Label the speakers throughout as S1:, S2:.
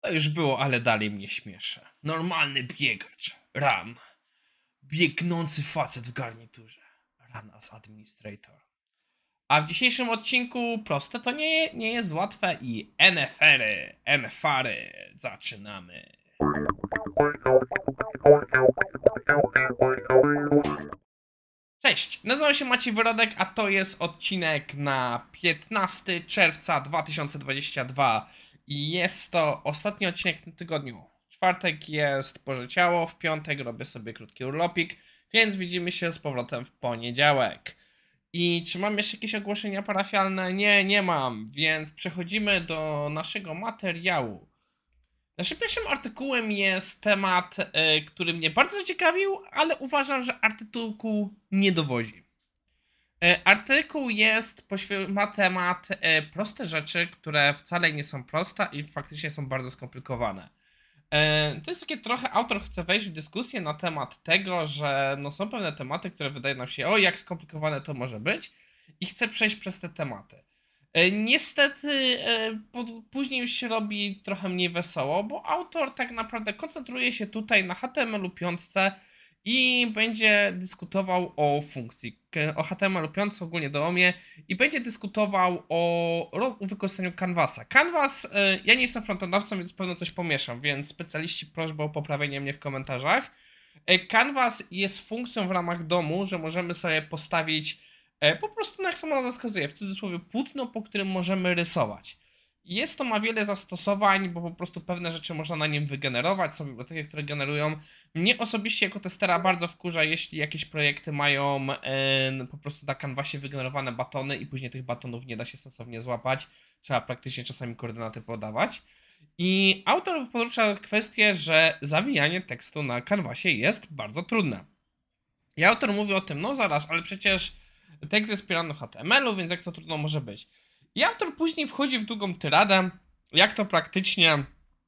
S1: To już było, ale dalej mnie śmieszy. Normalny biegacz. Run. Biegnący facet w garniturze. Run as administrator. A w dzisiejszym odcinku proste to nie jest łatwe i NFR-y, zaczynamy. Cześć, nazywam się Maciej Wyrodek, a to jest odcinek na 15 czerwca 2022 i jest to ostatni odcinek w tym tygodniu. W czwartek jest Boże Ciało, w piątek robię sobie krótki urlopik, więc widzimy się z powrotem w poniedziałek. I czy mam jeszcze jakieś ogłoszenia parafialne? Nie mam, więc przechodzimy do naszego materiału. Naszym pierwszym artykułem jest temat, który mnie bardzo zaciekawił, ale uważam, że artykuł nie dowodzi. Artykuł ma temat proste rzeczy, które wcale nie są proste i faktycznie są bardzo skomplikowane. To jest takie trochę, autor chce wejść w dyskusję na temat tego, że no są pewne tematy, które wydają nam się, o jak skomplikowane to może być i chce przejść przez te tematy. Niestety później już się robi trochę mniej wesoło, bo autor tak naprawdę koncentruje się tutaj na HTML-u 5 i będzie dyskutował o funkcji, o HTML-u 5 ogólnie DOM-ie i będzie dyskutował o wykorzystaniu Canvasa. Canvas, ja nie jestem frontendowcem, więc pewno coś pomieszam, więc specjaliści prośba o poprawienie mnie w komentarzach. Canvas jest funkcją w ramach domu, że możemy sobie postawić po prostu, jak sama nazwa wskazuje, w cudzysłowie płótno, po którym możemy rysować. Ma wiele zastosowań, bo po prostu pewne rzeczy można na nim wygenerować, są biblioteki, które generują. Mnie osobiście jako testera bardzo wkurza, jeśli jakieś projekty mają po prostu na Canvasie wygenerowane batony i później tych batonów nie da się sensownie złapać. Trzeba praktycznie czasami koordynaty podawać. I autor porusza kwestię, że zawijanie tekstu na Canvasie jest bardzo trudne. I autor mówi o tym, no zaraz, ale przecież tekst jest wspierany w HTML-u, więc jak to trudno może być. I autor później wchodzi w długą tyradę, jak to praktycznie,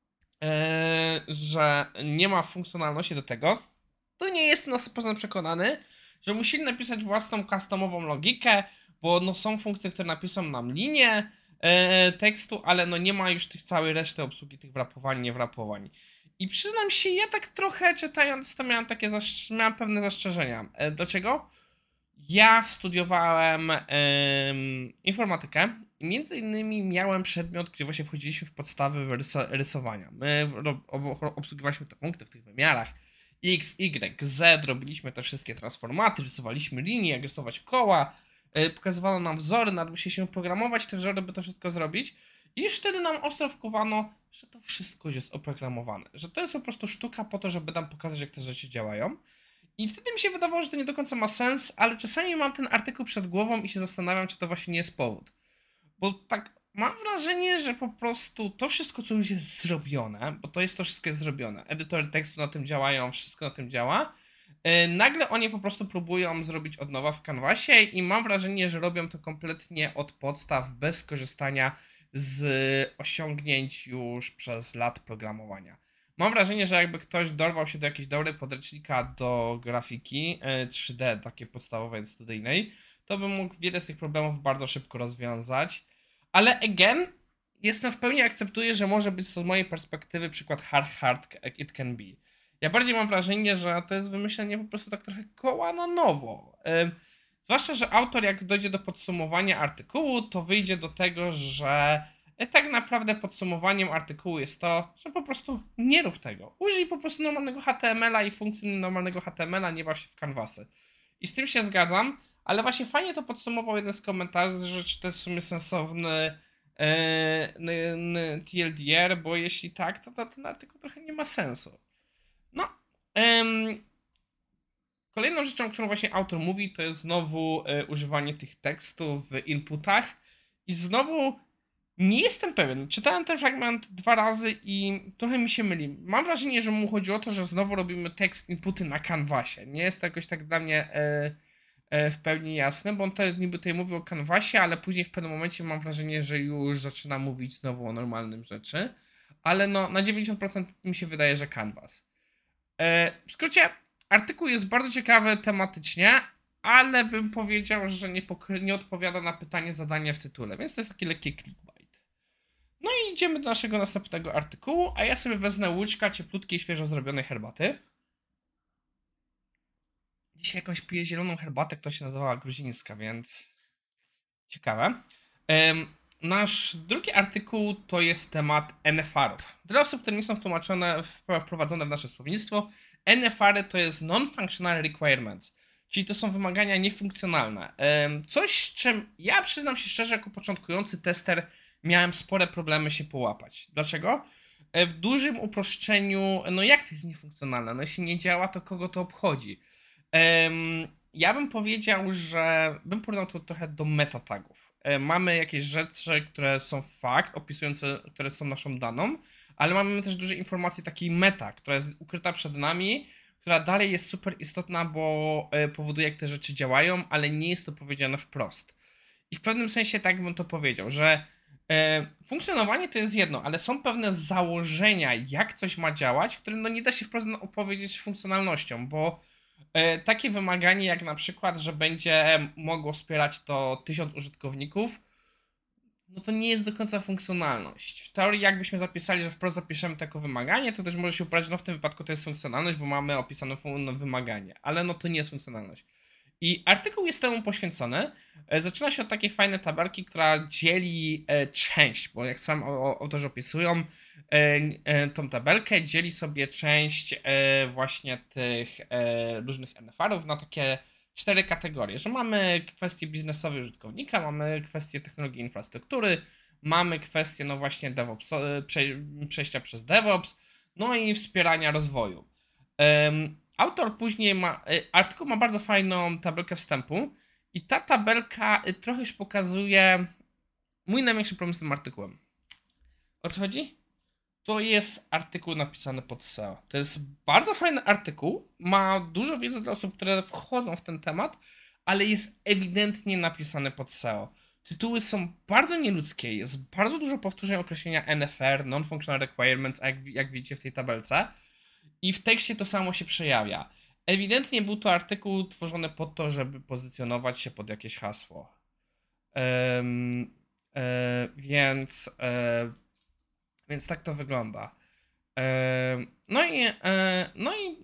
S1: że nie ma funkcjonalności do tego. To nie jestem na 100% przekonany, że musieli napisać własną customową logikę, bo no są funkcje, które napiszą nam linię tekstu, ale no nie ma już tych całej reszty obsługi, tych wrapowań, niewrapowań. I przyznam się, ja tak trochę czytając to miałem pewne zastrzeżenia. Dlaczego? Ja studiowałem informatykę i między innymi miałem przedmiot, gdzie właśnie wchodziliśmy w podstawy rysowania. My obsługiwaliśmy te punkty w tych wymiarach X, Y, Z, robiliśmy te wszystkie transformaty, rysowaliśmy linie, jak rysować koła, pokazywano nam wzory, nawet musieliśmy programować te wzory, by to wszystko zrobić. I już wtedy nam ostro wkuwano, że to wszystko jest oprogramowane, że to jest po prostu sztuka po to, żeby nam pokazać, jak te rzeczy działają. I wtedy mi się wydawało, że to nie do końca ma sens, ale czasami mam ten artykuł przed głową i się zastanawiam, czy to właśnie nie jest powód. Bo tak mam wrażenie, że po prostu to wszystko, co już jest zrobione, bo to wszystko jest zrobione, edytory tekstu na tym działają, wszystko na tym działa, nagle oni po prostu próbują zrobić od nowa w Canvasie i mam wrażenie, że robią to kompletnie od podstaw, bez korzystania z osiągnięć już przez lat programowania. Mam wrażenie, że jakby ktoś dorwał się do jakiejś dobrej podręcznika do grafiki 3D, takiej podstawowej, studyjnej, to by mógł wiele z tych problemów bardzo szybko rozwiązać. Ale again, jestem w pełni akceptuję, że może być to z mojej perspektywy przykład hard it can be. Ja bardziej mam wrażenie, że to jest wymyślenie po prostu tak trochę koła na nowo. Zwłaszcza, że autor jak dojdzie do podsumowania artykułu, to wyjdzie do tego, że tak naprawdę podsumowaniem artykułu jest to, że po prostu nie rób tego. Użyj po prostu normalnego HTML-a i funkcji normalnego HTML-a, nie baw się w Canvasy. I z tym się zgadzam, ale właśnie fajnie to podsumował jeden z komentarzy, że czy to jest w sumie sensowny TLDR, bo jeśli tak, to ten artykuł trochę nie ma sensu. No, kolejną rzeczą, o którą właśnie autor mówi, to jest znowu używanie tych tekstów w inputach i znowu nie jestem pewien. Czytałem ten fragment 2 razy i trochę mi się myli. Mam wrażenie, że mu chodzi o to, że znowu robimy tekst inputy na Canvasie. Nie jest to jakoś tak dla mnie w pełni jasne, bo on niby tutaj mówił o Canvasie, ale później w pewnym momencie mam wrażenie, że już zaczyna mówić znowu o normalnym rzeczy. Ale no, na 90% mi się wydaje, że Canvas. W skrócie, artykuł jest bardzo ciekawy tematycznie, ale bym powiedział, że nie odpowiada na pytanie zadania w tytule, więc to jest taki lekki clickbait. No i idziemy do naszego następnego artykułu, a ja sobie wezmę łyczka cieplutkiej, świeżo zrobionej herbaty. Dzisiaj jakąś piję zieloną herbatę, która się nazywała gruzińska, więc ciekawe. Nasz drugi artykuł to jest temat NFR-ów. Dla osób, które nie są wprowadzone w nasze słownictwo, NFR-y to jest Non-Functional Requirements, czyli to są wymagania niefunkcjonalne. Coś, z czym ja przyznam się szczerze, jako początkujący tester miałem spore problemy się połapać. Dlaczego? W dużym uproszczeniu, no jak to jest niefunkcjonalne? No jeśli nie działa, to kogo to obchodzi? Ja bym powiedział, że bym porównał to trochę do metatagów. Mamy jakieś rzeczy, które są fakt, opisujące, które są naszą daną, ale mamy też dużo informacji takiej meta, która jest ukryta przed nami, która dalej jest super istotna, bo powoduje, jak te rzeczy działają, ale nie jest to powiedziane wprost. I w pewnym sensie tak bym to powiedział, że funkcjonowanie to jest jedno, ale są pewne założenia, jak coś ma działać, które no nie da się wprost opowiedzieć funkcjonalnością, bo takie wymaganie jak na przykład, że będzie mogło wspierać to 1000 użytkowników, no to nie jest do końca funkcjonalność. W teorii jakbyśmy zapisali, że wprost zapiszemy takie wymaganie, to też może się uprawdzić, no w tym wypadku to jest funkcjonalność, bo mamy opisane wymaganie, ale no to nie jest funkcjonalność. I artykuł jest temu poświęcony. Zaczyna się od takiej fajnej tabelki, która dzieli część, bo jak sam autorzy opisują, tą tabelkę dzieli sobie część właśnie tych różnych NFR-ów na takie 4 kategorie, że mamy kwestie biznesowe użytkownika, mamy kwestie technologii infrastruktury, mamy kwestie no właśnie DevOps, przejścia przez DevOps, no i wspierania rozwoju. Autor później ma, artykuł ma bardzo fajną tabelkę wstępu i ta tabelka trochę już pokazuje mój największy problem z tym artykułem. O co chodzi? To jest artykuł napisany pod SEO. To jest bardzo fajny artykuł, ma dużo wiedzy dla osób, które wchodzą w ten temat, ale jest ewidentnie napisany pod SEO. Tytuły są bardzo nieludzkie, jest bardzo dużo powtórzeń określenia NFR, Non-Functional Requirements, jak widzicie w tej tabelce. I w tekście to samo się przejawia. Ewidentnie był to artykuł tworzony po to, żeby pozycjonować się pod jakieś hasło. Em, więc, więc tak to wygląda. No i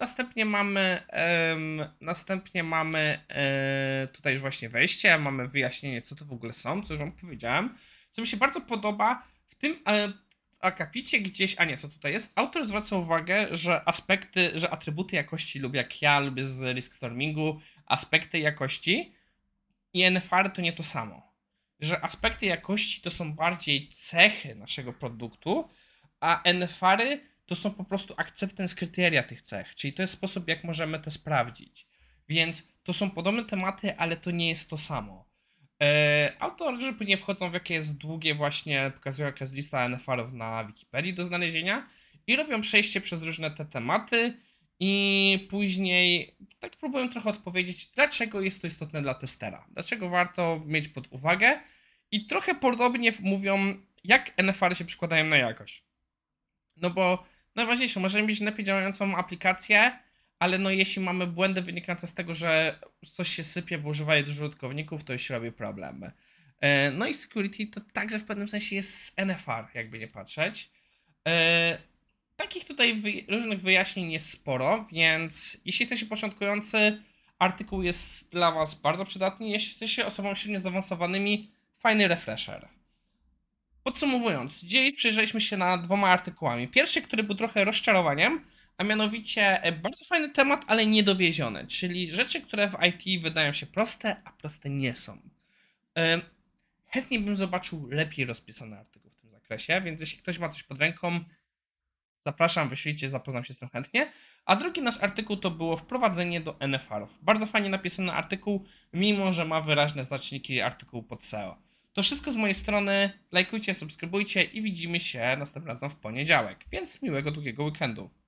S1: następnie mamy tutaj już właśnie wejście, mamy wyjaśnienie, co to w ogóle są, co już wam powiedziałem. Co mi się bardzo podoba w tym akapicie gdzieś, a nie, to tutaj jest, autor zwraca uwagę, że że atrybuty jakości lub jak ja lubię z Risk Stormingu, aspekty jakości i NFR to nie to samo. Że aspekty jakości to są bardziej cechy naszego produktu, a NFR-y to są po prostu acceptance kryteria tych cech, czyli to jest sposób, jak możemy to sprawdzić. Więc to są podobne tematy, ale to nie jest to samo. Autorzy później wchodzą w jakie jest długie właśnie, pokazują jaka jest lista NFR-ów na Wikipedii do znalezienia i robią przejście przez różne te tematy i później tak próbują trochę odpowiedzieć, dlaczego jest to istotne dla testera, dlaczego warto mieć pod uwagę i trochę podobnie mówią, jak NFR-y się przykładają na jakość. No bo najważniejsze, możemy mieć lepiej działającą aplikację, ale no jeśli mamy błędy wynikające z tego, że coś się sypie, bo używają dużo użytkowników, to już się robi problem. No i security to także w pewnym sensie jest NFR, jakby nie patrzeć. Takich tutaj różnych wyjaśnień jest sporo, więc jeśli jesteście początkujący, artykuł jest dla was bardzo przydatny. Jeśli jesteście osobami średnio zaawansowanymi, fajny refresher. Podsumowując, dziś przyjrzeliśmy się na 2 artykułami. Pierwszy, który był trochę rozczarowaniem, a mianowicie bardzo fajny temat, ale niedowieziony, czyli rzeczy, które w IT wydają się proste, a proste nie są. Chętnie bym zobaczył lepiej rozpisany artykuł w tym zakresie, więc jeśli ktoś ma coś pod ręką, zapraszam, wyślijcie, zapoznam się z tym chętnie. A drugi nasz artykuł to było wprowadzenie do NFR-ów. Bardzo fajnie napisany artykuł, mimo że ma wyraźne znaczniki artykułu pod SEO. To wszystko z mojej strony. Lajkujcie, subskrybujcie i widzimy się następnym razem w poniedziałek. Więc miłego, długiego weekendu.